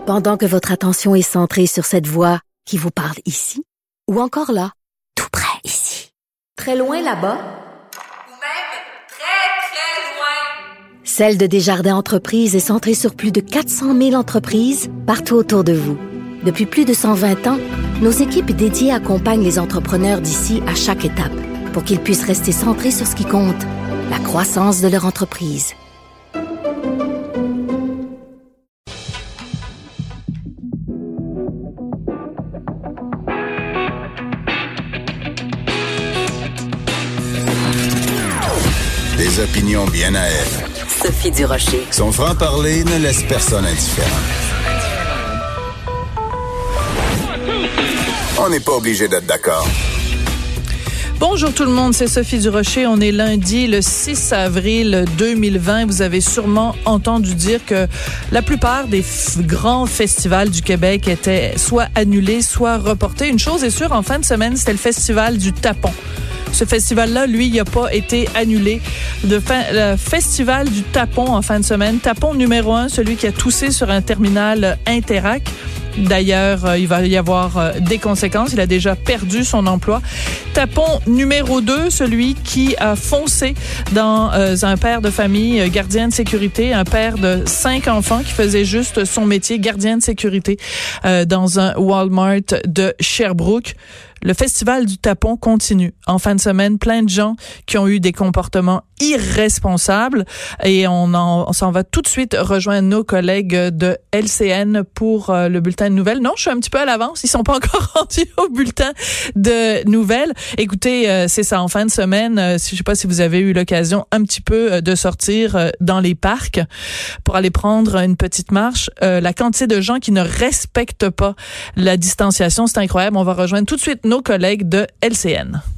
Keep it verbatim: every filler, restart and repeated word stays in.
Pendant que votre attention est centrée sur cette voix qui vous parle ici, ou encore là, tout près ici, très loin là-bas, ou même très, très loin. Celle de Desjardins Entreprises est centrée sur plus de quatre cent mille entreprises partout autour de vous. Depuis plus de cent vingt ans, nos équipes dédiées accompagnent les entrepreneurs d'ici à chaque étape pour qu'ils puissent rester centrés sur ce qui compte, la croissance de leur entreprise. Des opinions bien à elle. Sophie Durocher. Son franc-parler ne laisse personne indifférent. On n'est pas obligé d'être d'accord. Bonjour tout le monde, c'est Sophie Durocher. On est lundi, le six avril deux mille vingt. Vous avez sûrement entendu dire que la plupart des f- grands festivals du Québec étaient soit annulés, soit reportés. Une chose est sûre, en fin de semaine, c'était le festival du Tapon. Ce festival-là, lui, il n'a pas été annulé. Le, fin, le festival du Tapon en fin de semaine. Tapon numéro un, celui qui a toussé sur un terminal Interac. D'ailleurs, euh, il va y avoir euh, des conséquences. Il a déjà perdu son emploi. Tapon numéro deux, celui qui a foncé dans euh, un père de famille, euh, gardien de sécurité, un père de cinq enfants qui faisait juste son métier, gardien de sécurité, euh, dans un Walmart de Sherbrooke. Le festival du Tapon continue. En fin de semaine, plein de gens qui ont eu des comportements irresponsables et on, en, on s'en va tout de suite rejoindre nos collègues de L C N pour euh, le bulletin de nouvelles. Non, je suis un petit peu à l'avance. Ils sont pas encore rendus au bulletin de nouvelles. Écoutez, euh, c'est ça. En fin de semaine, euh, je sais pas si vous avez eu l'occasion un petit peu euh, de sortir euh, dans les parcs pour aller prendre une petite marche. Euh, la quantité de gens qui ne respectent pas la distanciation, c'est incroyable. On va rejoindre tout de suite nos collègues de L C N.